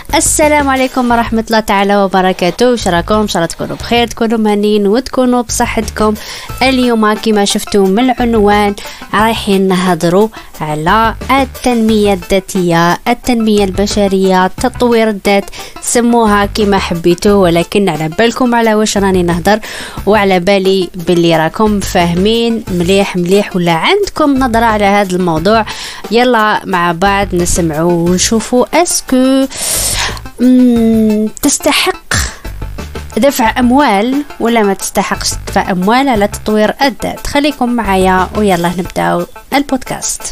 السلام عليكم ورحمة الله تعالى وبركاته. شراكم ان شاء الله تكونوا بخير، تكونوا مهنيين وتكونوا بصحتكم. اليوم كما شفتوا من العنوان رايحين نهضروا على التنمية الذاتية، التنمية البشرية، تطوير الذات، سموها كما حبيتوا، ولكن على بالكم على واش راني نهضر، وعلى بالي باللي راكم فاهمين مليح مليح ولا عندكم نظرة على هذا الموضوع. يلا مع بعض نسمعوا ونشوفوا اسكو تستحق دفع أموال ولا ما تستحقش دفع أموال على تطوير الذات. خليكم معايا ويلا نبدأ البودكاست.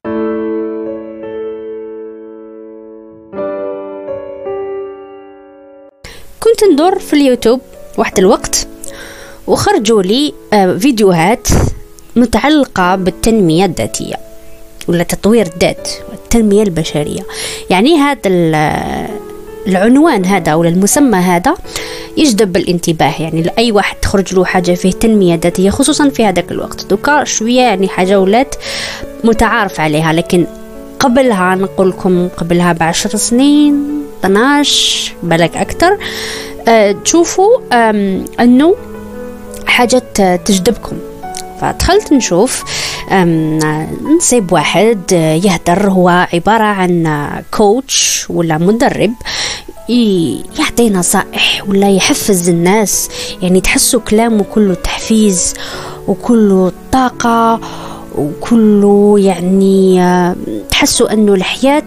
كنت ندور في اليوتيوب واحد الوقت وخرجوا لي فيديوهات متعلقة بالتنمية الذاتية ولا تطوير الذات والتنمية البشرية. يعني هذا العنوان هذا ولا المسمى هذا يجذب الانتباه، يعني لأي واحد تخرج له حاجة فيه تنمية ذاتية، خصوصا في هذاك الوقت. دوكا شوية يعني حاجة ولات متعارف عليها، لكن قبلها نقول لكم قبلها ب10 سنين 12 بالك أكتر تشوفوا أنه حاجة تجذبكم. فدخلت نشوف نصيب واحد يهدر، هو عبارة عن كوتش ولا مدرب يعطي نصائح ولا يحفز الناس، يعني تحسوا كلامه كله تحفيز وكله طاقة وكله يعني تحسوا أنه الحياة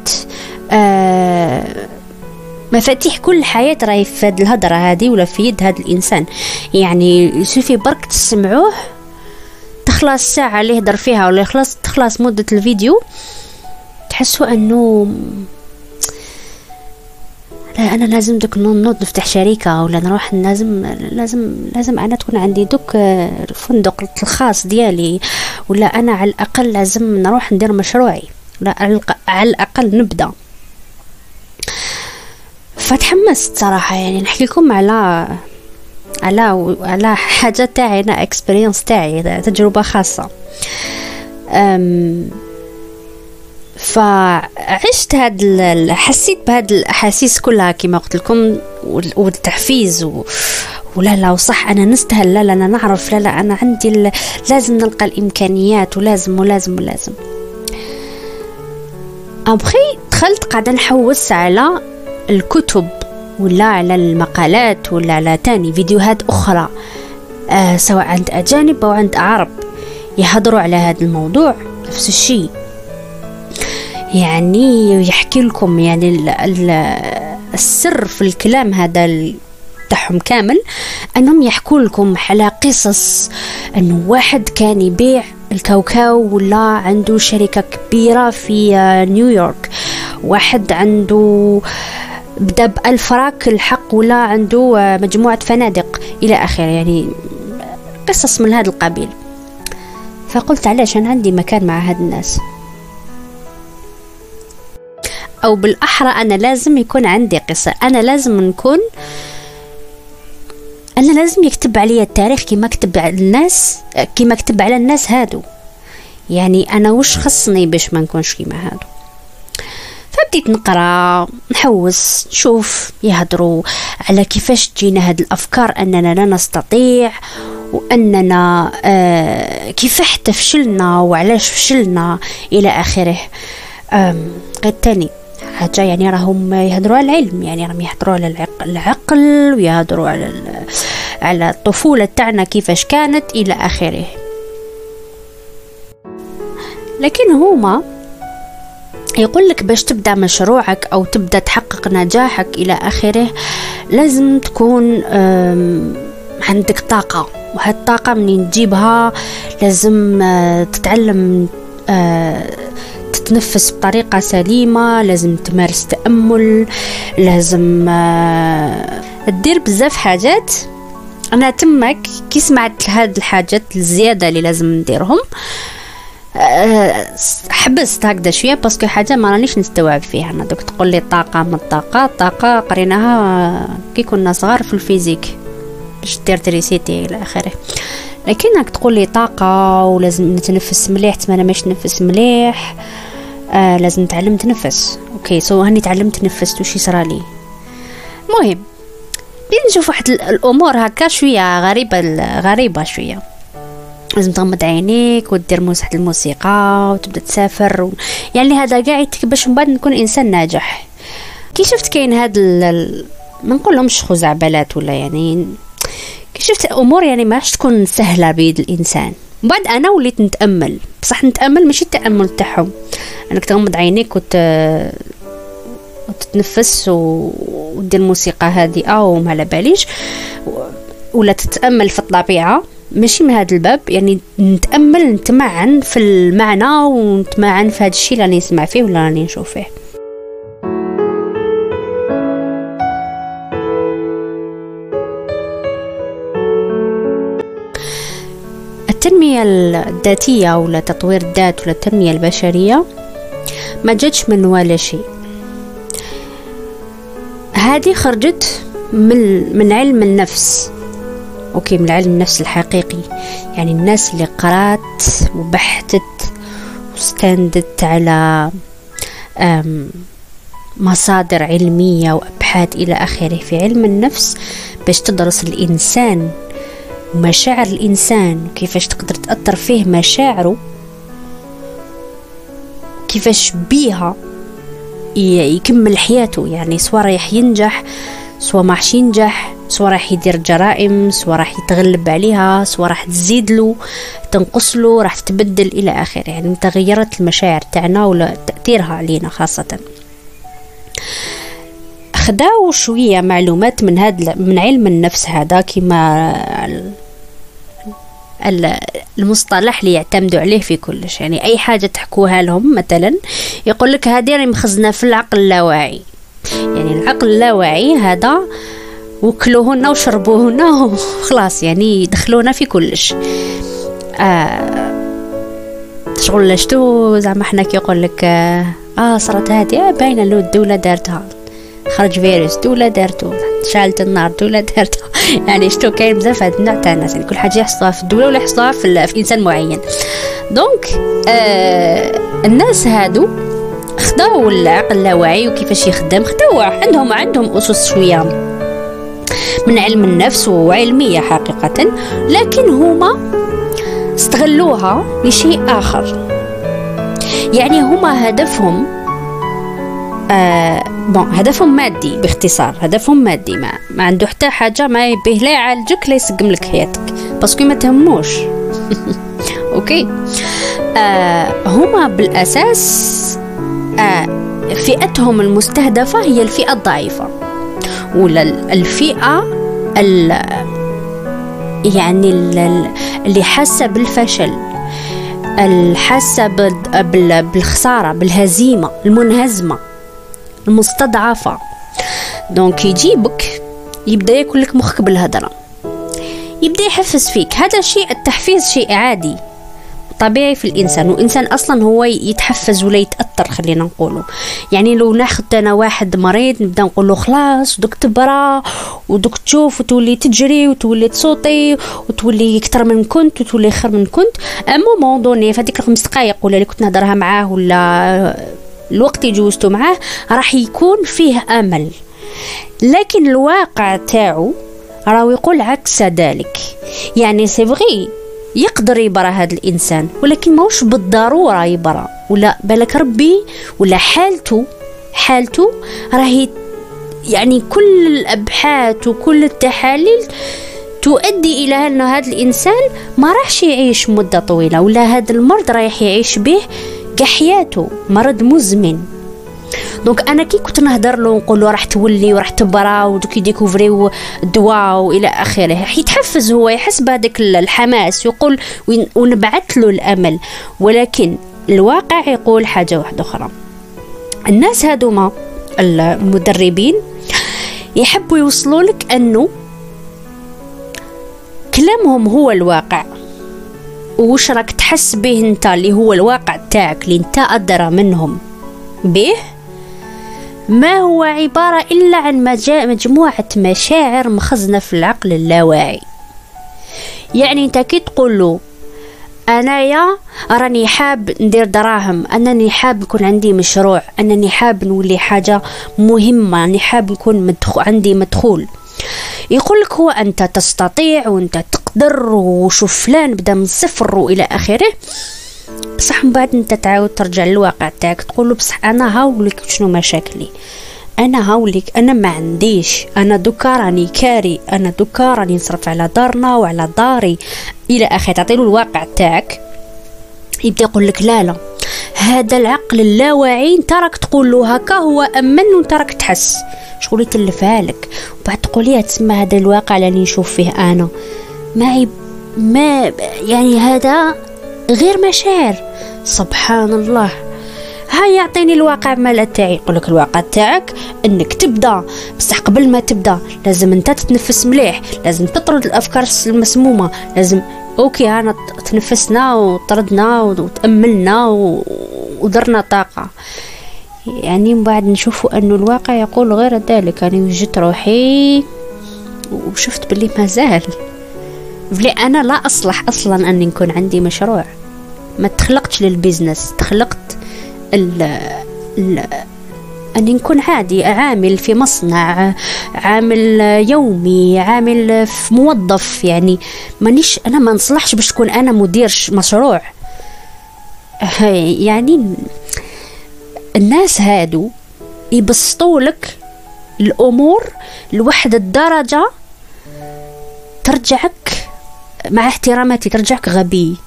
مفاتيح كل الحياة راهي في هذه الهدرة هذه ولا في يد هذا الإنسان. يعني يشوفي برك تسمعوه تخلص ساعة اللي يهدر فيها ولا تخلص مدة الفيديو تحسوا أنه لا أنا لازم دوك نوض نفتح شركة ولا نروح لازم أنا تكون عندي دوك الفندق الخاص ديالي، ولا أنا على الأقل لازم نروح ندير مشروعي، ولا على الأقل نبدأ. فتحمست صراحة، يعني نحكي لكم على حاجة تاعي أنا، اكسبيرينس تاعي، تجربة خاصة. فعشت حسيت بهاد الأحاسيس كلها كما قلت لكم، والتحفيز ولا وصح أنا نستاهل، لا أنا نعرف، لا أنا عندي لازم نلقى الإمكانيات، ولازم أبخي دخلت قاعدة نحوس على الكتب ولا على المقالات ولا على تاني فيديوهات أخرى سواء عند أجانب أو عند عرب يحضروا على هذا الموضوع نفس الشيء. يعني يحكي لكم يعني السر في الكلام هذا تاعهم كامل، أنهم يحكوا لكم على قصص أنه واحد كان يبيع الكاوكاو ولا عنده شركة كبيرة في نيويورك، واحد عنده بدأ ب1000 الحق ولا عنده مجموعة فنادق إلى آخر، يعني قصص من هذا القبيل. فقلت علاش أنا عندي مكان مع هاد الناس، أو بالأحرى أنا لازم يكون عندي قصة، أنا لازم يكتب علي التاريخ كما كتب على الناس هادو. يعني أنا وش خصني باش ما نكونش كما هادو؟ فبديت نقرأ نحوس نشوف يهدروا على كيفاش تجينا هاد الأفكار أننا لا نستطيع، وأننا كيف حتى فشلنا وعلاش فشلنا إلى آخره. غير تاني حاجة يعني راهم يهدروا على العلم، يعني راهم يهدروا على العقل ويهدروا على الطفولة تاعنا كيفاش كانت إلى آخره. لكن هما يقول لك باش تبدأ مشروعك أو تبدأ تحقق نجاحك إلى آخره لازم تكون عندك طاقة، وهاد الطاقة منين تجيبها؟ لازم تتعلم تتنفس بطريقة سليمة، لازم تمارس تأمل، لازم تدير بزاف حاجات. أنا تمك كي سمعت هاد الحاجات الزيادة اللي لازم نديرهم حبست هكذا شويه، باسكو حاجه ما رانيش نستوعب فيها. انا دوك تقول لي طاقه من الطاقه قريناها كي كنا صغار في الفيزيك باش دير تريسيتي الى اخره، لكن راك تقول لي طاقه ولازم نتنفس مليح، تما انا مش نفس مليح، لازم نتعلم تنفس. اوكي سو هاني تعلمت نفست وش يصرالي مهم نشوف واحد الامور هكا شويه غريبه شويه. لازم تغمض عينيك ودير واحد الموسيقى وتبدا تسافر يعني هذا قاع يتك باش من بعد نكون انسان ناجح. كي شفت كاين هاد ما نقولهمش خزعبلات ولا يعني كي شفت امور يعني ماش تكون سهله بيد الانسان، من بعد انا وليت نتامل، بصح نتامل ماشي التامل تاعهم انك تغمض عينيك وتتنفس ودير موسيقى هادئه وما على باليش ولا تتامل في الطبيعه، ماشي من هذا الباب. يعني نتامل نتمعن في المعنى ونتمعن في هذا الشيء اللي نسمع فيه ولا راني نشوف فيه. التنمية الذاتية ولا تطوير الذات ولا التنمية البشرية ما جاتش من ولا شيء، هذه خرجت من علم النفس. اوكي، من علم النفس الحقيقي، يعني الناس اللي قرات وبحثت واستندت على مصادر علمية وأبحاث إلى آخره في علم النفس باش تدرس الإنسان ومشاعر الإنسان وكيفاش تقدر تأثر فيه مشاعره، كيفاش بيها يكمل حياته. يعني سواء رايح ينجح سواء ما راح ينجح، سواء راح يدير جرائم، سواء راح يتغلب عليها، سواء راح تزيد له تنقص له، راح تتبدل إلى آخره. يعني تغيرت المشاعر تاعنا ولا تأثيرها علينا خاصة. خداو شوية معلومات من علم النفس هذا، كما المصطلح اللي يعتمدوا عليه في كلش. يعني أي حاجة تحكوها لهم مثلا يقول لك هذه راه مخزنة في العقل اللاواعي. يعني العقل اللاواعي هذا وكلوهنا وشربوهنا وخلاص، يعني يدخلونا في كلش. شغل لشتو زعما حنا كيقول لك صارت هذه باينه له الدوله دارتها، خرج فيروس دوله دارتو، شالت النار دوله دارتها. يعني شتو كاين بزاف هاد النوع تاع الناس، يعني كل حاجه يحصلها في الدوله ولا يحصلها في انسان معين. دونك الناس هادو خداو العقل اللاواعي وكيفاش يخدم، خداو عندهم اسس شويه من علم النفس وعلميه حقيقه، لكن هما استغلوها لشيء اخر. يعني هما هدفهم هدفهم مادي، باختصار هدفهم مادي، ما عنده حتى حاجه ما يبيه لا يعالجك لا يسقم لك حياتك باسكو ما تهموش. اوكي، هما بالاساس فئتهم المستهدفه هي الفئه الضعيفه ولا الفئه يعني اللي حاسه بالفشل، الحاسه بالخساره، بالهزيمه، المنهزمه، المستضعفه. دونك يجيبك يبدا ياكل لك مخك بالهضره، يبدا يحفز فيك. هذا الشيء، التحفيز شيء عادي طبيعي في الانسان، والانسان اصلا هو يتحفز ولا يتاثر. خلينا نقوله يعني لو ناخذ انا واحد مريض نبدا نقول له خلاص دوك تبرا ودوك تشوف وتولي تجري وتولي تصوتي وتولي اكثر من كنت وتولي خير من كنت، اما موضوع في هذيك 5 دقائق ولا اللي كنت نهضرها معاه ولا الوقت اللي جوزته معاه راح يكون فيه امل. لكن الواقع تاعو راهو يقول عكس ذلك. يعني سي فغي يقدر يبرى هذا الانسان، ولكن ماهوش بالضروره يبرى، ولا بالك ربي ولا حالته راهي يعني كل الابحاث وكل التحاليل تؤدي الى ان هذا الانسان ما راحش يعيش مده طويله، ولا هذا المرض رايح يعيش به كحياته، مرض مزمن. دونك انا كي كنت نهضر له نقول له راح تولي وراح تبرا ودوك يديكوفريو الدواء والى اخره، يتحفز، هو يحس بهذاك الحماس، يقول ونبعث له الامل. ولكن الواقع يقول حاجه واحده اخرى. الناس هذوما المدربين يحبوا يوصلوا لك انه كلامهم هو الواقع، وش راك تحس به انت اللي هو الواقع تاعك اللي انت أدرى منهم به ما هو عبارة إلا عن مجموعة مشاعر مخزنة في العقل اللاواعي. يعني انت كي تقول له انايا راني حاب ندير دراهم، انني حاب يكون عندي مشروع، انني حاب نولي حاجه مهمه، اني حاب يكون عندي مدخول. يقول لك هو انت تستطيع وانت تقدر وشوف فلان بدا من الصفر والى اخره. بصح من بعد انت تعاود ترجع للواقع تاعك تقول له بصح انا هاوليك شنو مشاكلي، انا هاوليك انا ما عنديش، انا دوكا راني كاري، انا دوكا راني نصرف على دارنا وعلى داري الى اخره. تعطيله الواقع تاعك يبدا يقول لك لا هذا العقل اللاواعي انت راك تقول له هكا هو امن وانت راك تحس شغل يتلفها لك. وبعد تقولي تسمى هذا الواقع اللي نشوف فيه انا ما يعني هذا غير مشاعر. سبحان الله. هاي يعطيني الواقع مال تاعي. يقولك الواقع تاعك انك تبدا، بصح قبل ما تبدا لازم انت تتنفس مليح، لازم تطرد الافكار المسمومه، لازم اوكي انا تنفسنا وطردنا وتاملنا ودرنا طاقه. يعني من بعد نشوفوا انه الواقع يقول غير ذلك. يعني وجدت روحي وشفت باللي مازال بلي انا لا اصلح اصلا ان يكون عندي مشروع. ما تخلقتش للبيزنس، تخلقت أن نكون عادي عامل في مصنع، عامل يومي، عامل في موظف. يعني مانيش أنا ما نصلحش باش تكون أنا مدير مشروع. يعني الناس هادو يبسطوا لك الأمور لوحدة الدرجة ترجعك، مع احتراماتي، ترجعك غبي،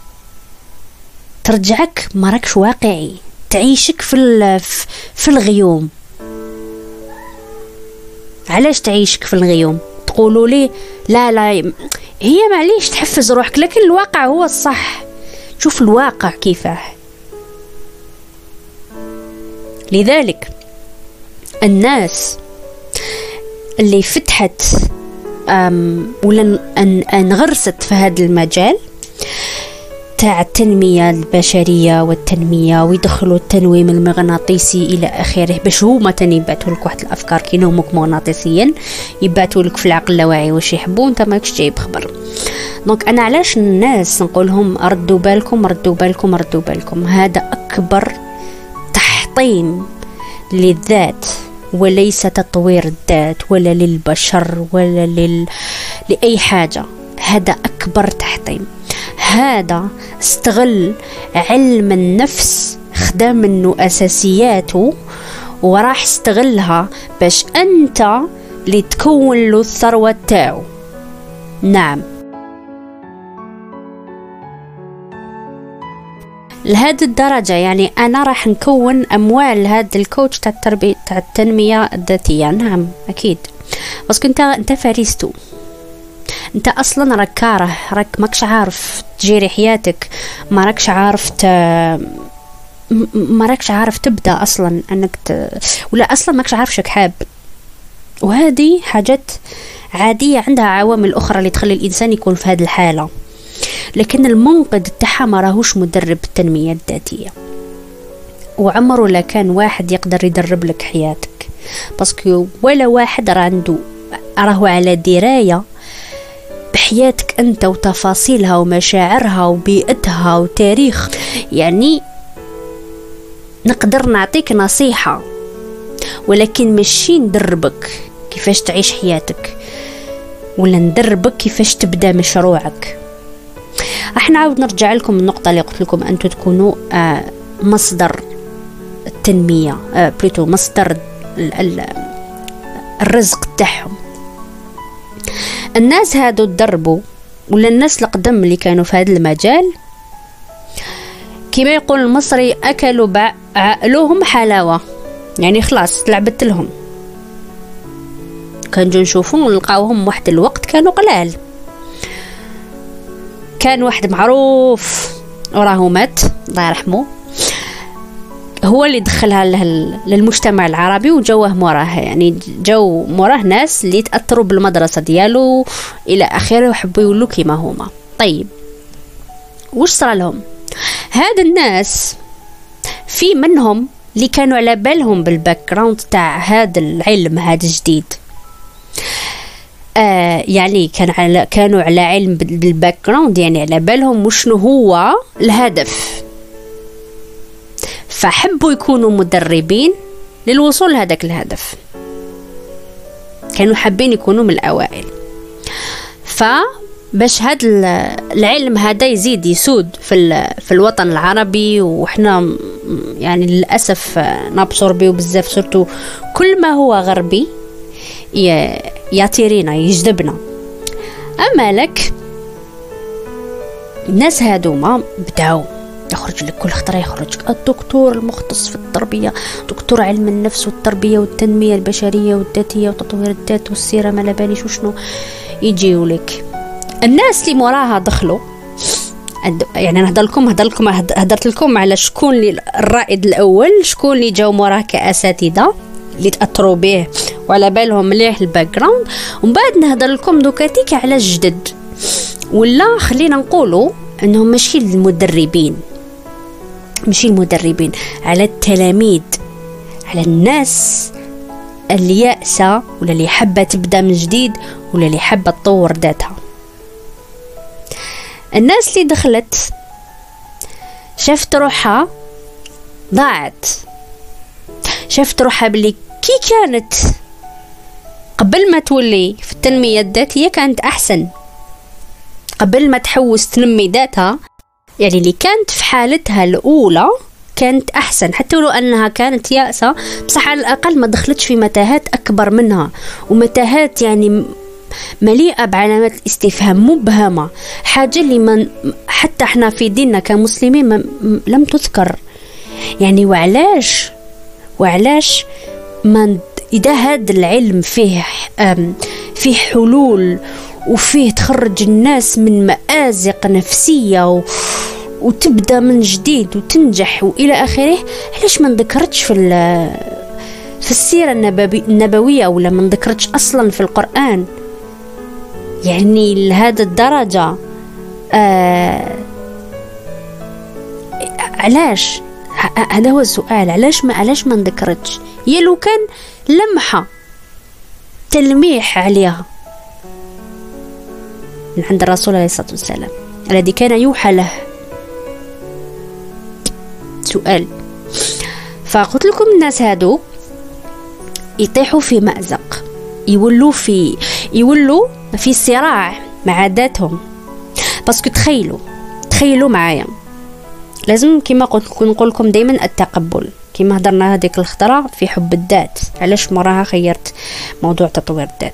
ترجعك ما راكش واقعي، تعيشك في الغيوم. علاش تعيشك في الغيوم؟ تقولوا لي لا هي معليش تحفز روحك، لكن الواقع هو الصح. شوف الواقع كيفاه. لذلك الناس اللي فتحت ولا انغرست في هذا المجال تاع التنمية البشرية والتنمية، ويدخلوا التنويم المغناطيسي إلى آخره، باش هما تاني يبعثوا لك واحد الأفكار كي نومك مغناطيسيا، يبعثوا لك في العقل اللاواعي واش يحبوا، انت ماكش جايب خبر. دونك أنا علاش الناس نقولهم ردوا بالكم ردوا بالكم ردوا بالكم؟ هذا أكبر تحطيم للذات، وليس تطوير الذات ولا للبشر ولا لأي حاجة. هذا أكبر تحطيم. هذا استغل علم النفس، خدا منه أساسياته وراح استغلها باش أنت اللي تكون له الثروة تاعو. نعم، لهذه الدرجة. يعني أنا راح نكون أموال هذا الكوتش تاع التربية تاع التنمية الذاتية. نعم أكيد، بس انت فارستو، انت اصلا راك كاره، راك ماكش عارف تجيري حياتك، ما راكش عارف تبدا اصلا انك ولا اصلا ماكش عارف شك حاب. وهذه حاجات عاديه، عندها عوامل اخرى اللي تخلي الانسان يكون في هذه الحاله. لكن المنقذ تاعها ما راهوش مدرب التنميه الذاتيه، وعمره لا كان واحد يقدر يدرب لك حياتك، باسكو ولا واحد راهو على درايه بحياتك أنت وتفاصيلها ومشاعرها وبيئتها وتاريخ. يعني نقدر نعطيك نصيحة، ولكن ماشي ندربك كيفاش تعيش حياتك، ولا ندربك كيفاش تبدأ مشروعك. راح نعاود نرجع لكم النقطة اللي قلت لكم أنتم تكونوا مصدر التنمية، بليتو مصدر الرزق تاعهم. الناس هادو تدربوا، ولا الناس القدم اللي كانوا في هذا المجال، كما يقول المصري أكلوا عقلهم حلاوة. يعني خلاص لعبت لهم. كنجو نشوفون نلقاوهم واحد الوقت كانوا قلال. كان واحد معروف وراه مات الله يرحمه، هو اللي دخلها للمجتمع العربي وجوه موراه. يعني جو موراه ناس اللي تأثروا بالمدرسة ديالو إلى آخره وحبوا يولوا كيما هما. طيب وش صار لهم؟ هاد الناس في منهم اللي كانوا على بالهم بالباك جراوند تاع هذا العلم هذا الجديد، يعني كانوا على علم بالباك جراوند، يعني على بالهم وشنو هو الهدف، فحبوا يكونوا مدربين للوصول لهذاك الهدف، كانوا حابين يكونوا من الأوائل. فباش هذا العلم هذا يزيد يسود في الوطن العربي، وإحنا يعني للأسف نابصربيو بزاف، صرتو كل ما هو غربي يعطينا يجذبنا. أما لك الناس هادوما بداو يخرج لك كل خطرة، يخرج الدكتور المختص في التربية، دكتور علم النفس والتربية والتنمية البشرية والذاتية وتطوير الذات والسيرة ما لباليش وشنو يجيو لك. الناس اللي موراها دخلوا، يعني أنا هدرت لكم على شكون اللي الرائد الأول، شكون اللي جاو موراه كأساتذة اللي تأثروا به وعلى بالهم مليح الباك جراوند، ومن بعد نهضر لكم دوكاتيك على الجدد، ولا خلينا نقولوا انهم ماشي المدربين، على التلاميذ، على الناس اللي يأسى ولا اللي حابه تبدا من جديد ولا اللي حابه تطور ذاتها. الناس اللي دخلت شافت روحها ضاعت، شافت روحها بلي كي كانت قبل ما تولي في التنمية الذاتية كانت أحسن، قبل ما تحوس تنمي ذاتها، يعني اللي كانت في حالتها الأولى كانت أحسن، حتى لو أنها كانت يائسة، بصح على الأقل ما دخلتش في متاهات أكبر منها، ومتاهات يعني مليئة بعلامات الاستفهام، مبهمة، حاجة اللي حتى احنا في ديننا كمسلمين لم تذكر. يعني وعلاش ما إذا هذا العلم فيه حلول وفيه تخرج الناس من مآزق نفسية وتبدأ من جديد وتنجح وإلى آخره، علاش ما نذكرتش في السيرة النبوية، ولا ما نذكرتش أصلا في القرآن؟ يعني لهذا الدرجة علاش؟ هذا هو السؤال، علاش ما نذكرتش؟ يلو كان لمحة تلميح عليها من عند الرسول عليه الصلاة والسلام الذي كان يوحى له. سؤال. فقلت لكم الناس هادو يطيحوا في مأزق، يولوا في صراع مع ذاتهم، باسكو تخيلوا معايا، لازم كما قلت نقول لكم دائما التقبل، كما هضرنا هذيك الخطره في حب الذات، علاش مراها خيرت موضوع تطوير الذات.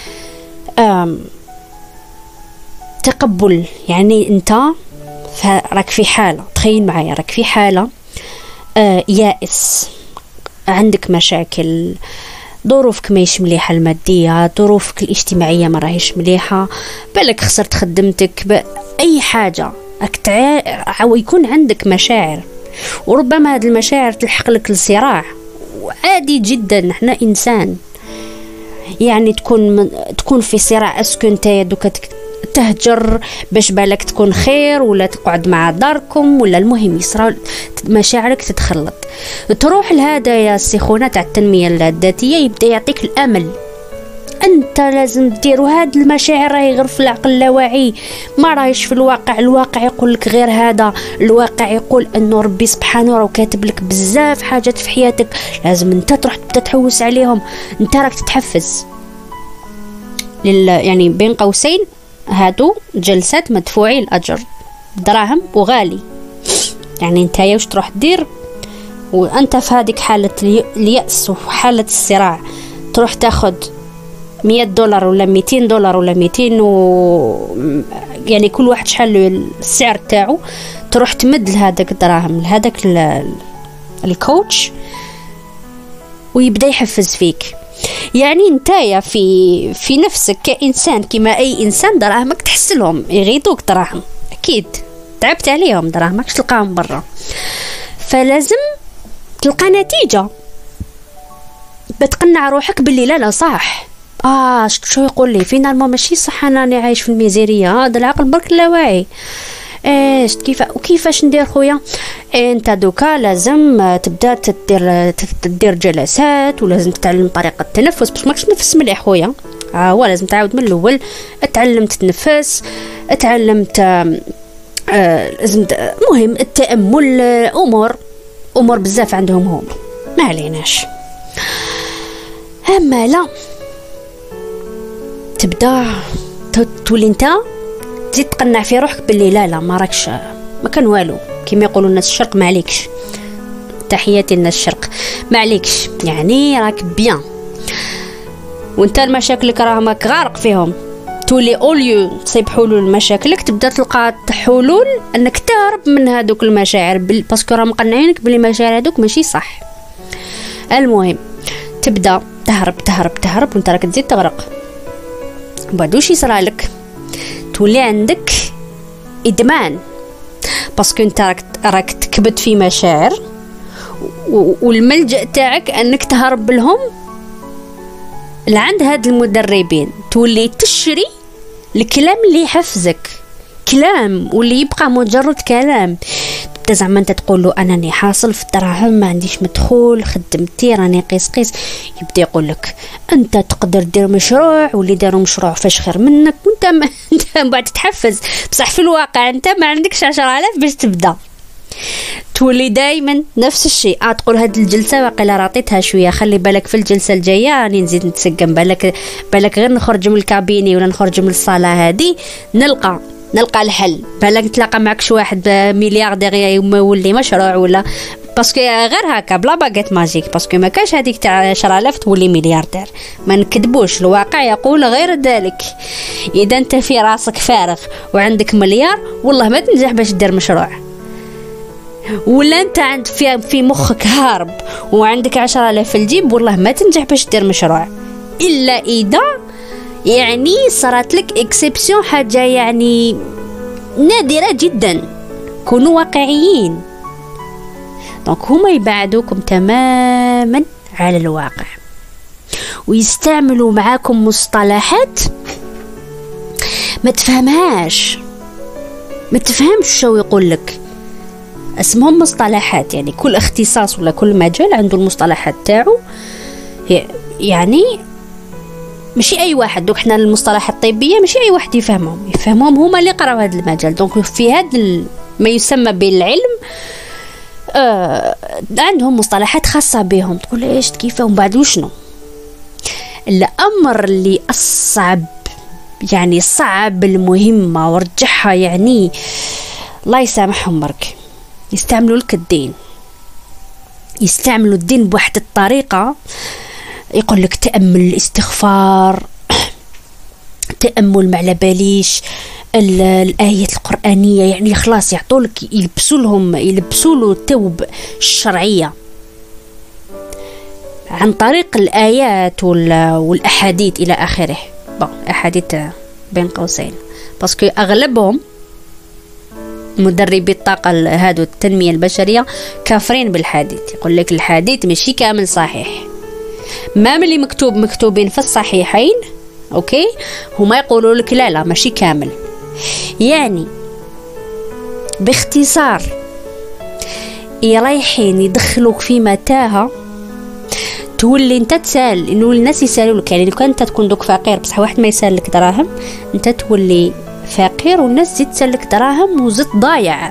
تقبل يعني انت راك في حاله، تخيل معايا راك في حاله يائس، عندك مشاكل، ظروفك ماهيش مليحه، الماديه، ظروفك الاجتماعيه ما راهيش مليحه، بالك خسرت خدمتك، باي حاجه يكون عندك مشاعر، وربما هذه المشاعر تلحق لك الصراع، وعادي جدا، احنا انسان، يعني تكون في صراع، اسكو نتايا دوكا تهجر باش بالك تكون خير، ولا تقعد مع داركم، ولا المهم يصرا مشاعرك تتخلط، تروح لهذا يا السخونه تاع التنميه الذاتيه، يبدا يعطيك الامل، انت لازم ديروا هاد المشاعر راهي غير في العقل اللاواعي، ما راهيش في الواقع يقول لك غير هذا، الواقع يقول انه ربي سبحانه راه كاتب لك بزاف حاجات في حياتك، لازم انت تروح تبدا تحوس عليهم، انت راك تتحفز يعني بين قوسين هادو جلسات مدفوعي الأجر دراهم وغالي، يعني انت واش تروح دير وانت في هذيك حالة اليأس وحالة الصراع، تروح تاخد $100 ولا $200 ولا 200 يعني كل واحد شحال السعر تاعو، تروح تمد لهذاك الدراهم لهذاك الكوتش ويبدأ يحفز فيك. يعني نتايا في نفسك كإنسان كما أي إنسان، دراهمك تحسلهم، يغيطوك دراهم، أكيد تعبت عليهم دراهمك تلقاهم برا، فلازم تلقى نتيجة بتقنع روحك باللي لا صح، شو يقول لي فينا ماشي صح، أنا عايش في الميزيرية، هذا العقل برك اللاواعي، وكيفاش ندير خويا؟ انت دوكا لازم تبدا تدير جلسات، ولازم تتعلم طريقه التنفس باش ماكش تنفس مليح خويا، هو لازم تعاود من الاول. اتعلمت تنفس، اتعلمت لازم مهم التامل، امور بزاف عندهم هم، ما عليناش. اما لا تبدا تولي انت تزيد تقنع في روحك باللي لا ما راكش، ما كان والو، كما يقولوا الناس الشرق ما عليكش، تحياتي الناس الشرق، ما عليكش يعني راك بيان، وانت المشاكلك راهمك غارق فيهم. تولي اوليو تصيب حلول مشاكلك، تبدا تلقى حلول انك تهرب من هذوك المشاعر باسكو راهم مقنعينك بلي المشاعر هذوك ماشي صح. المهم تبدا تهرب وانت راك تزيد تغرق. بعد واش يصرالك؟ تولي عندك ادمان، باسكو انت راك تكبت في مشاعر، والملجأ تاعك انك تهرب لهم لعند هاد المدربين. تولي تشري الكلام اللي يحفزك، كلام واللي يبقى مجرد كلام. تبدا زعما انت تقول له انا راني حاصل في الدراهم، ما عنديش مدخول، خدمتي راني قيس. يبدا يقول لك انت تقدر دير مشروع، واللي داروا مشروع فاش خير منك، وانت انت بعد تتحفز، بصح في الواقع انت ما عندكش 10,000 باش تبدا. تولي دايما نفس الشيء. تقول هاد الجلسه واقيلا راطيتها شويه، خلي بالك في الجلسه الجايه راني نزيد نتسقم، بالك غير نخرج من الكابيني ولا نخرج من الصاله هذه نلقى الحل. بالك نتلاقى معك شي واحد ملياردير يولي مشروع، ولا باسكو غير هكا بلا باغيت ماجيك، باسكو ما كاش هذيك تاع 10,000 تولي ملياردير، ما نكذبوش، الواقع يقول غير ذلك. اذا انت في راسك فارغ وعندك مليار، والله ما تنجح باش دير مشروع. ولا انت عند في مخك هارب وعندك 10,000 في الجيب، والله ما تنجح باش دير مشروع، الا اذا يعني صارت لك اكسبسيون، حاجه يعني نادره جدا. كونوا واقعيين. دونك هما يبعدوكم تماما على الواقع، ويستعملوا معاكم مصطلحات ما تفهمش شو يقول لك. اسمهم مصطلحات، يعني كل اختصاص ولا كل مجال عنده المصطلحات تاعو. يعني ماشي اي واحد، دوك حنا المصطلحات الطبيه ماشي اي واحد يفهمهم هما اللي قراو هذا المجال. دونك في هذا ما يسمى بالعلم عندهم مصطلحات خاصه بهم. تقول ايش كيف ومن بعد وشنو. الامر اللي اصعب، يعني صعب المهمه ورجعها، يعني الله يسامحهم برك، يستعملوا لك الدين، يستعملوا الدين بواحد الطريقه. يقول لك تأمل، الاستغفار، تأمل ما على باليش، الآيات القرآنية، يعني خلاص يعطولك يلبسوا له الثوب الشرعية عن طريق الآيات والأحاديث إلى آخره. أحاديث بين قوسين، باسكو أغلبهم مدربي الطاقة هادو التنمية البشرية كافرين بالحديث. يقول لك الحديث ماشي كامل صحيح، ما ملي مكتوبين في الصحيحين اوكي، هما يقولوا لك لا ماشي كامل. يعني باختصار رايحين يدخلوك في متاهه، تولي انت تسال انه الناس يسالوا لك. يعني لو كان انت تكون دوك فقير بصح واحد ما يسال لك دراهم، انت تولي فقير والناس تزيد تسال لك دراهم، وزيد ضايع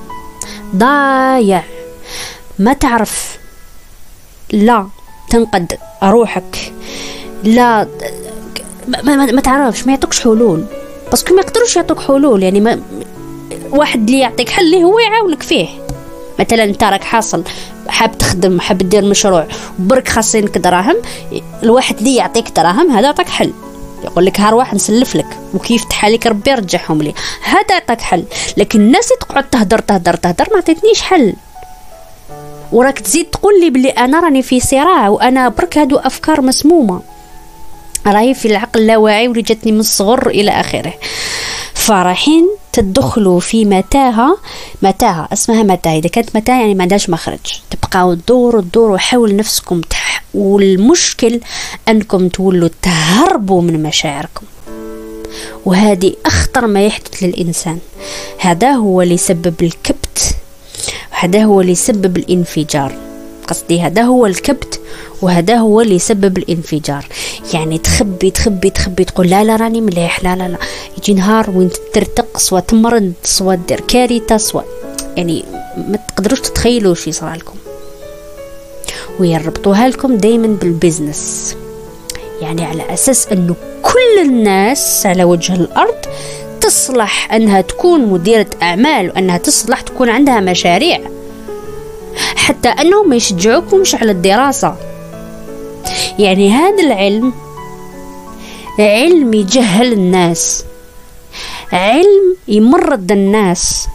ما تعرف لا تنقد روحك، لا ما تعرفش، ما يعطوكش حلول، باسكو ما يقدروش يعطوك حلول. يعني ما واحد اللي يعطيك حل اللي هو يعاونك فيه. مثلا انت راك حاصل حاب تخدم، حاب دير مشروع، برك خاصينك دراهم، الواحد اللي يعطيك دراهم هذا يعطيك حل، يقول لك هروح نسلف لك وكيف تحالك ربي يرجعهم لي، هذا يعطيك حل. لكن الناس تقعد تهدر ما عطيتنيش حل، وراك تزيد تقول لي بلي انا راني في صراع، وانا برك هادو افكار مسمومه راهي في العقل اللاواعي واللي جاتني من الصغر الى اخره. فرايحين تدخلوا في متاهه اسمها متاهه. اذا كانت متاهه يعني ما عندهاش مخرج، تبقاو تدوروا وحاول نفسكم والمشكل انكم تولوا تهربوا من مشاعركم، وهذه اخطر ما يحدث للانسان. هذا هو اللي يسبب الكبت، هذا هو اللي يسبب الانفجار. قصدي هذا هو الكبت، وهذا هو اللي يسبب الانفجار. يعني تخبي تخبي تخبي تقول لا لا راني مليح، لا لا لا، يجي نهار وين ترتق، سوا تمرض، سوا دير كارثة، سوا يعني ما تقدروش تتخيلوا شي صار لكم. ويربطوها لكم دايما بالبزنس، يعني على أساس أنه كل الناس على وجه الأرض تصلح أنها تكون مديرة أعمال، وأنها تصلح تكون عندها مشاريع، حتى أنهم ما يشجعوكمش على الدراسة. يعني هذا العلم علم يجهل الناس، علم يمرض الناس.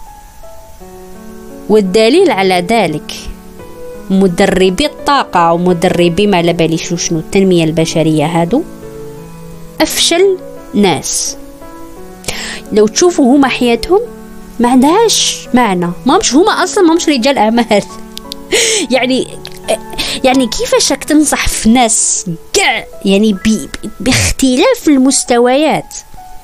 والدليل على ذلك مدربي الطاقة ومدربي ما على بالي شنو التنمية البشرية هادو أفشل ناس. لو تشوفوا هما حياتهم ما عندهاش معنى، هما أصلا ما مش رجال أعمال. يعني كيفاش راك تنصح في ناس كاع يعني باختلاف المستويات،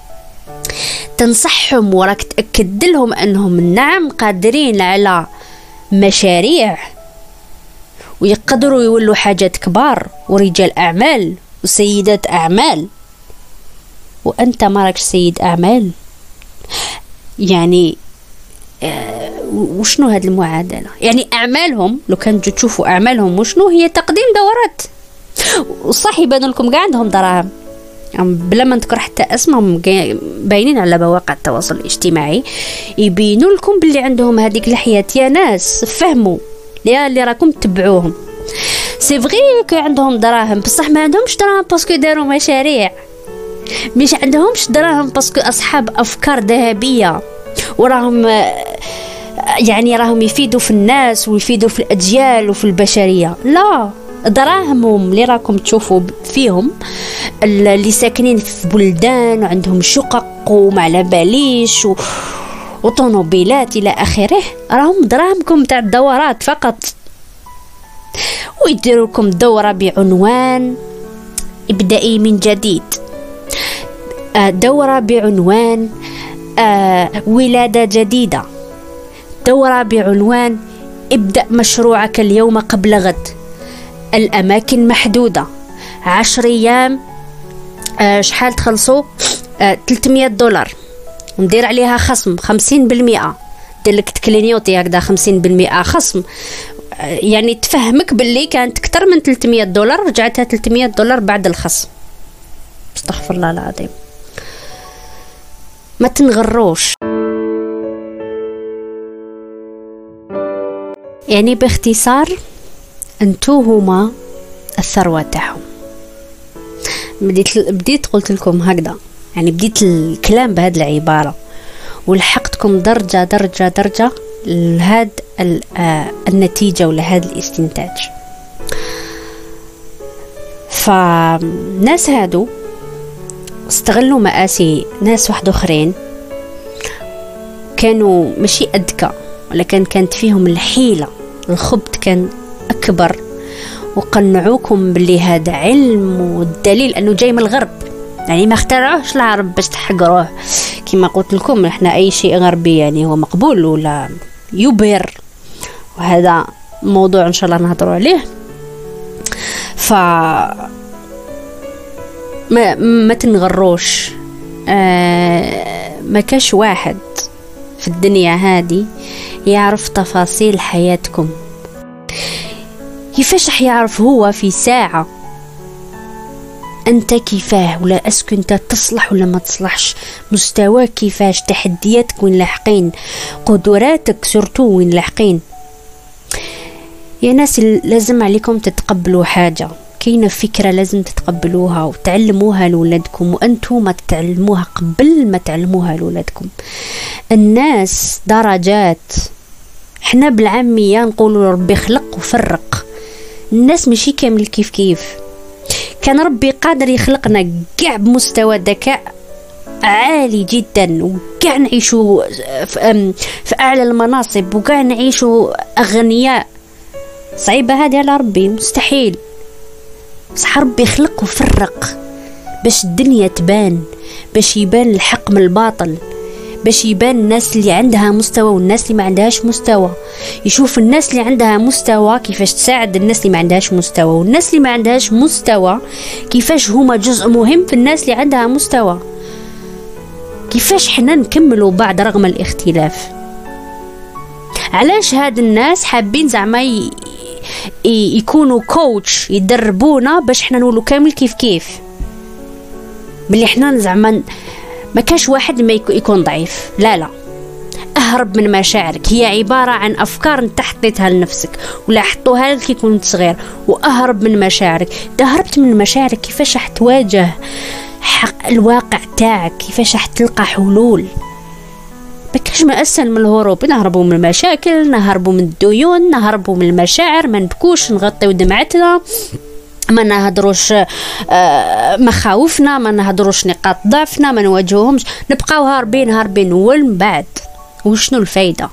تنصحهم وراك تأكد لهم أنهم نعم قادرين على مشاريع ويقدروا يولوا حاجات كبار ورجال أعمال وسيدات أعمال، وأنت ما راكش سيد أعمال. يعني وشنو هاد المعادلة؟ يعني أعمالهم لو كان تشوفوا أعمالهم وشنو هي تقديم دورات، وصح يبان لكم قاع عندهم دراهم بلا ما نذكر حتى اسمهم، باينين على مواقع التواصل الاجتماعي، يبينوا لكم باللي عندهم هذيك الحياة. يا ناس فهموا اللي راكم تتبعوهم، سي فغي عندهم دراهم، بصح ما عندهمش دراهم باسكو داروا مشاريع، مش عندهمش دراهم باسكو اصحاب افكار ذهبيه وراهم يعني راهم يفيدوا في الناس ويفيدوا في الاجيال وفي البشريه. لا، دراهمهم اللي راكم تشوفوا فيهم اللي ساكنين في بلدان وعندهم شقق وما على باليش وطونوبيلات الى اخره، راهم دراهمكم تاع الدورات فقط. ويديروا لكم دوره بعنوان ابدأي من جديد، دورة بعنوان ولادة جديدة، دورة بعنوان ابدأ مشروعك اليوم قبل غد، الأماكن محدودة، 10 أيام، شحال تخلصوا؟ $300 وندير عليها خصم 50%، ديرلك تكلينيوتي هكذا 50% خصم. يعني تفهمك باللي كانت أكثر من $300 رجعتها $300 بعد الخصم. استغفر الله العظيم، ما تنغروش. يعني باختصار انتو هما الثروة تاعهم. بديت قلت لكم هكذا، يعني بديت الكلام بهذه العبارة ولحقتكم درجة درجة درجة لهذا النتيجة ولهذا الاستنتاج. فالناس هادو استغلوا مآسي ناس واحد اخرين كانوا ماشي أذكى، ولكن كانت فيهم الحيلة، الخبط كان أكبر، وقنعوكم باللي هذا علم، والدليل أنه جاي من الغرب. يعني ما اخترعوش العرب باش تحقروه، كما قلت لكم احنا أي شيء غربي يعني هو مقبول ولا يبهر، وهذا موضوع إن شاء الله نهضروا عليه. ما تنغروش، ما كاش واحد في الدنيا هذه يعرف تفاصيل حياتكم. كيفاش راح يعرف هو في ساعة أنت كيفاه، ولا أسكو أنت تصلح ولا ما تصلحش، مستواك كيفاش، تحدياتك وين لاحقين، قدراتك سورتو وين لاحقين. يا ناس لازم عليكم تتقبلوا حاجة، كاينه فكرة لازم تتقبلوها وتعلموها لولادكم، وأنتم ما تتعلموها قبل ما تعلموها لولادكم. الناس درجات، احنا بالعامية نقولوا ربي خلق وفرق، الناس ماشي كامل كيف. كان ربي قادر يخلقنا كاع بمستوى ذكاء عالي جدا، وكاع نعيشوا في أعلى المناصب، وكاع نعيشوا أغنياء. صعيبة هذه على ربي، مستحيل. بصح ربي خلق وفرق باش الدنيا تبان، باش يبان الحق من الباطل، باش يبان الناس اللي عندها مستوى والناس اللي ما عندهاش مستوى، يشوف الناس اللي عندها مستوى كيفاش تساعد الناس اللي ما عندهاش مستوى، والناس اللي ما عندهاش مستوى كيفاش هما جزء مهم في الناس اللي عندها مستوى. كيفاش حنا نكملوا بعض رغم الاختلاف. علاش هاد الناس حابين زعما يكونوا كوتش يدربونا باش حنا نولوا كامل كيف بلي حنا زعما ما كاش واحد ما يكون ضعيف. لا اهرب من مشاعرك، هي عبارة عن افكار انت حطيتها لنفسك ولا حطوها لك كي كنت صغير، واهرب من مشاعرك. اذا هربت من مشاعرك كيفاش راح تواجه الواقع تاعك؟ كيفاش راح تلقى حلول؟ ما كاش ما اسهل من الهروب. نهربوا من المشاكل، نهربوا من الديون، نهربوا من المشاعر، ما نبكوش، نغطيو دمعتنا، ما نهضروش مخاوفنا، ما نهضروش نقاط ضعفنا، ما نواجههمش، نبقاو هاربين ومن بعد وشنو الفايدة؟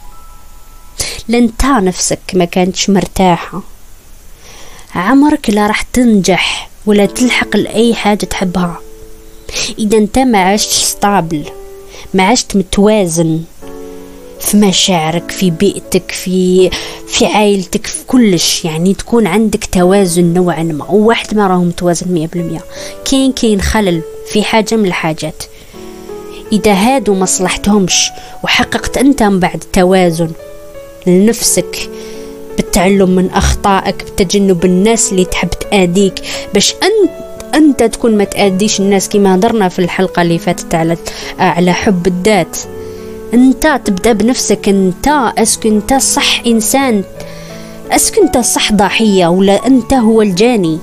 لانت نفسك ما كانتش مرتاحة، عمرك لا راح تنجح ولا تلحق لأي حاجة تحبها إذا انت ما عشتش ستابل، ما عشت متوازن في مشاعرك، في بيئتك، في عائلتك، في كلش. يعني تكون عندك توازن نوعا ما. وواحد ما راهو متوازن 100%، كاين خلل في حاجة من الحاجات. إذا هادو ما صلحتهمش وحققت أنت من بعد توازن لنفسك بالتعلم من أخطائك، بتجنب الناس اللي تحب تأذيك، باش أنت تكون ما تأذيش الناس، كما هضرنا في الحلقة اللي فاتت على حب الذات. أنت تبدأ بنفسك. أنت أسكن أنت صح إنسان، أسكن أنت صح ضحية ولا أنت هو الجاني.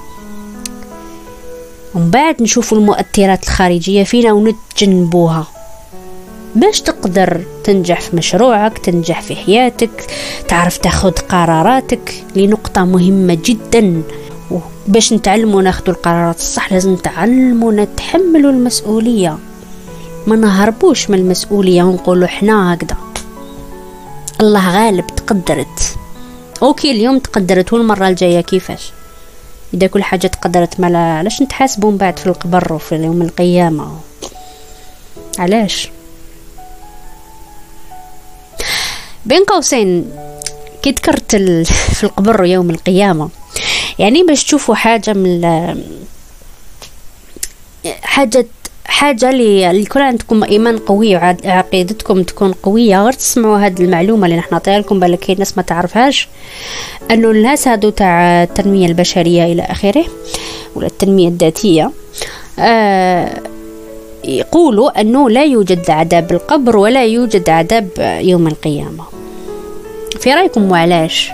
ومن بعد نشوف المؤثرات الخارجية فينا ونتجنبوها باش تقدر تنجح في مشروعك، تنجح في حياتك، تعرف تاخذ قراراتك. لنقطة مهمة جدا، باش نتعلموا ناخذوا القرارات الصح لازم نتعلموا نتحملوا المسؤولية، ما نهربوش من المسؤولية ونقولوا حنا هكذا الله غالب. تقدرت اوكي اليوم تقدرت، والمرة الجاية كيفاش؟ إذا كل حاجة تقدرت ما علاش نتحاسبوا من بعد في القبر وفي يوم القيامة؟ علاش؟ بين قوسين كي ذكرت في القبر ويوم القيامة، يعني باش تشوفوا حاجة من حاجة اللي يكون عندكم إيمان قوي وعقيدتكم تكون قوية. غير تسمعوا هذه المعلومة اللي نحن نعطيها لكم، بالك كاين ناس ما تعرفهاش، أنه الناس هادو تاع التنمية البشرية إلى آخره ولا التنمية الذاتية يقولوا أنه لا يوجد عذاب القبر ولا يوجد عذاب يوم القيامة. في رأيكم وعلاش؟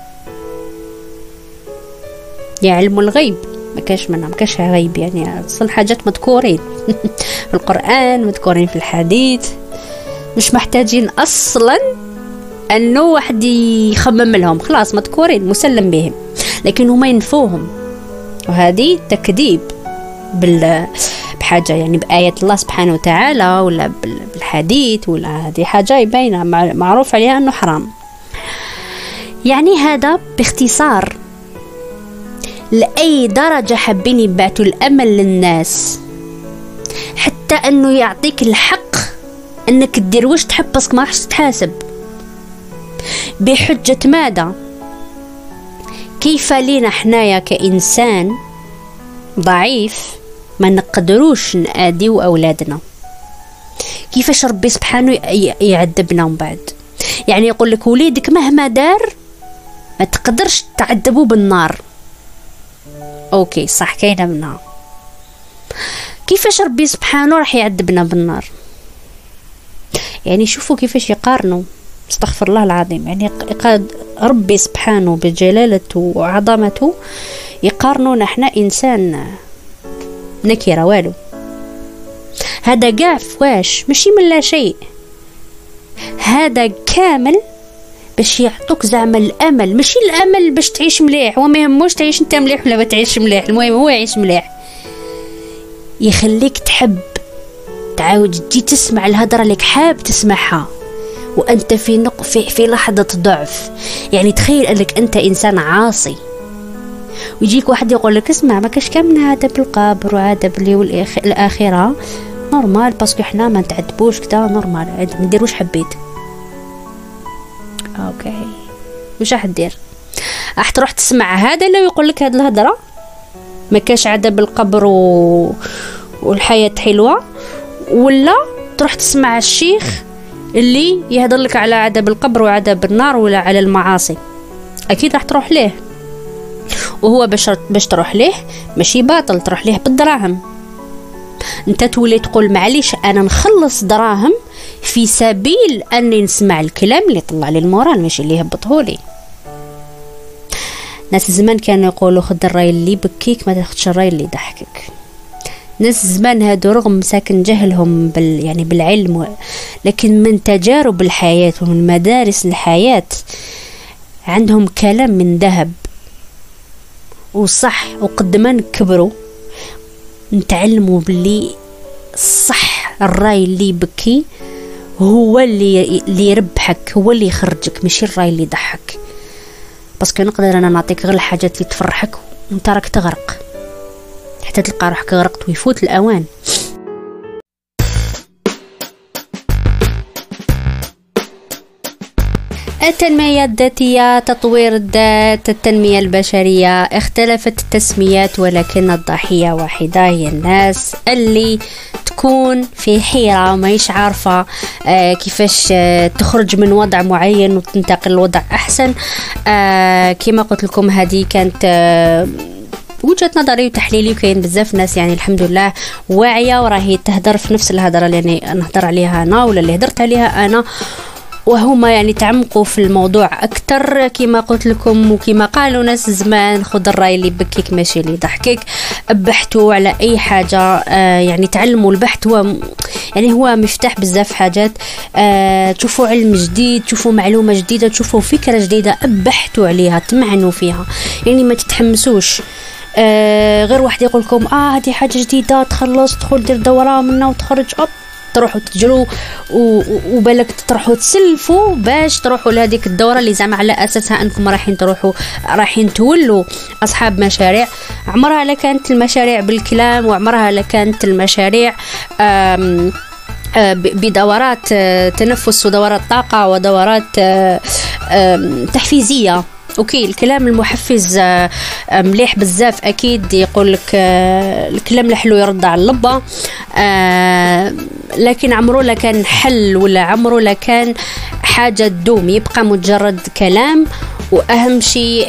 يعلم الغيب، ما كاش منها، ما كاش غيب، يعني اصلا حاجات مذكورين في القرآن، مذكورين في الحديث، مش محتاجين اصلا انه واحد يخمم لهم، خلاص مذكورين مسلم بهم، لكن هما ينفوهم. وهذه تكذيب بحاجة، يعني بآية الله سبحانه وتعالى ولا بالحديث، ولا هذه حاجة باينة معروف عليها انه حرام. يعني هذا باختصار لأي درجة حابين يبعتوا الأمل للناس، حتى أنه يعطيك الحق أنك تدير واش تحب بس ما راحش تتحاسب. بحجة ماذا؟ كيف لينا حنايا كإنسان ضعيف ما نقدروش نأذيو أولادنا؟ كيفاش ربي سبحانه يعذبنا من بعد؟ يعني يقول لك وليدك مهما دار ما تقدرش تعذبه بالنار. اوكي صح، كاينه منها. كيفاش ربي سبحانه راح يعذبنا بالنار؟ يعني شوفوا كيفاش يقارنوا، استغفر الله العظيم، يعني ربي سبحانه بجلالته وعظمته يقارنونا احنا انسان نكره والو. هذا قاع فواش ماشي من لا شيء، هذا كامل باش يعطوك زعما الامل، ماشي الامل باش تعيش مليح، وما يهموش تعيش انت مليح ولا ما تعيش مليح، المهم هو يعيش مليح. يخليك تحب تعاود تجي تسمع الهضره اللي حاب تسمعها وانت في لحظه ضعف. يعني تخيل انك انت انسان عاصي ويجيك واحد يقول لك اسمع ما كاش كامل عذاب القبر وعذاب اليوم الاخره، نورمال باسكو حنا ما نتعذبوش كدا، نورمال عاد ما نديروش حبيت. اوكي واش راح دير؟ راح تروح تسمع هذا اللي يقول لك هاد الهضره ما كاش عذاب القبر والحياه حلوه، ولا تروح تسمع الشيخ اللي يهضر لك على عذاب القبر وعذاب النار ولا على المعاصي؟ اكيد راح تروح ليه. وهو باش تروح ليه ماشي باطل، تروح ليه بالدراهم. انت تولي تقول معليش انا نخلص دراهم في سبيل اني نسمع الكلام اللي طلع لي المورال ماشي اللي يهبطهولي. ناس زمان كانوا يقولوا خد الراي اللي يبكيك ما تاخدش الراي اللي يضحكك. ناس زمان هادو رغم ساكن جهلهم يعني بالعلم، لكن من تجارب الحياة ومن مدارس الحياة عندهم كلام من ذهب. وصح وقد ما نكبروا نتعلموا باللي صح الراي اللي يبكي هو اللي يربحك، هو اللي يخرجك، ماشي الراي اللي يضحك. باسكو نقدر انا نعطيك غير الحاجات اللي تفرحك وانت راك تغرق حتى تلقى روحك غرقت ويفوت الاوان. التنمية الذاتية، تطوير الذات، التنمية البشرية، اختلفت التسميات ولكن الضحية واحدة، هي الناس اللي تكون في حيرة وماهيش عارفة كيفاش تخرج من وضع معين وتنتقل لوضع أحسن. كما قلت لكم هذه كانت وجهة نظري وتحليلي، وكاين بزاف ناس يعني الحمد لله واعية وراهي تهدر في نفس الهضرة اللي نهضر عليها أنا ولا اللي هدرت عليها أنا، وهما يعني تعمقوا في الموضوع أكتر. كما قلت لكم وكما قالوا ناس زمان خذ الرأي اللي يبكيك ماشي اللي يضحكك. بحثوا على أي حاجة، يعني تعلموا. البحث هو مفتاح بزاف حاجات. تشوفوا علم جديد، تشوفوا معلومة جديدة، تشوفوا فكرة جديدة، بحثوا عليها، تمعنوا فيها، يعني ما تتحمسوش. غير واحد يقول لكم هذه حاجة جديدة تخلص تدخل دير دورة منها وتخرج تروحوا تجروا وبالك تروحوا تسلفوا باش تروحوا لهذيك الدوره اللي زعما على اساسها انكم رايحين تولوا اصحاب مشاريع. عمرها لا كانت المشاريع بالكلام، وعمرها لا كانت المشاريع بدورات تنفس ودورات طاقه ودورات تحفيزيه. اوكي الكلام المحفز مليح بزاف، اكيد يقول لك الكلام الحلو يرد على اللبه، لكن عمره لا كان حل ولا عمره لا كان حاجه تدوم، يبقى مجرد كلام. واهم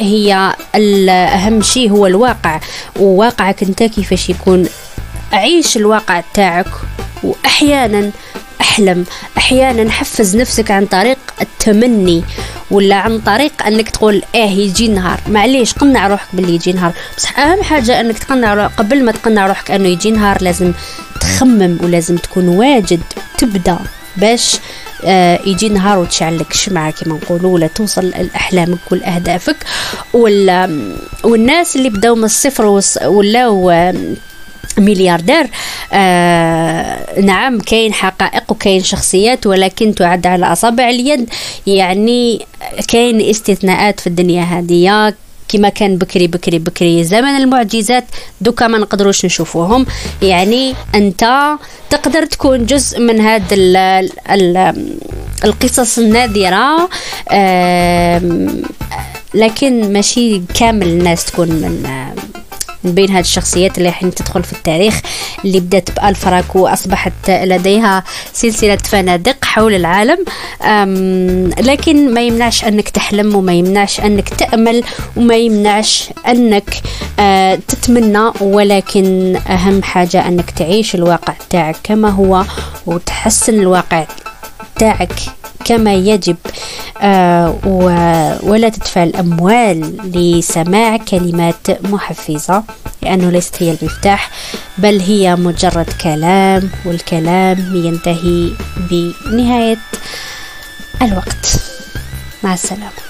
شيء هو الواقع، وواقعك انت كيفاش يكون. عيش الواقع تاعك، واحيانا احلم، احيانا حفز نفسك عن طريق التمني ولا عن طريق انك تقول يجي نهار. معليش قنع روحك باللي يجي نهار، بصح اهم حاجه انك تقنع قبل ما تقنع روحك انه يجي نهار لازم تخمم ولازم تكون واجد تبدا باش يجي نهار وتشعل لك الشمعة كما نقولوا، ولا توصل لأحلامك والأهدافك. والناس اللي بداو من الصفر ولاو ملياردير، نعم كاين حقائق وكاين شخصيات ولكن تعد على أصابع اليد. يعني كاين استثناءات في الدنيا هذه، كما كان بكري زمن المعجزات، دوكا ما نقدروش نشوفوهم. يعني أنت تقدر تكون جزء من هذا القصص النادرة، لكن ماشي كامل الناس تكون من بين هذه الشخصيات اللي حين تدخل في التاريخ، اللي بدأت بألفراك وأصبحت لديها سلسلة فنادق حول العالم. لكن ما يمنعش أنك تحلم، وما يمنعش أنك تأمل، وما يمنعش أنك تتمنى، ولكن أهم حاجة أنك تعيش الواقع تاعك كما هو وتحسن الواقع تاعك كما يجب، ولا تدفع الأموال لسماع كلمات محفزة، لأنه ليست هي المفتاح، بل هي مجرد كلام، والكلام ينتهي بنهاية الوقت. مع السلامة.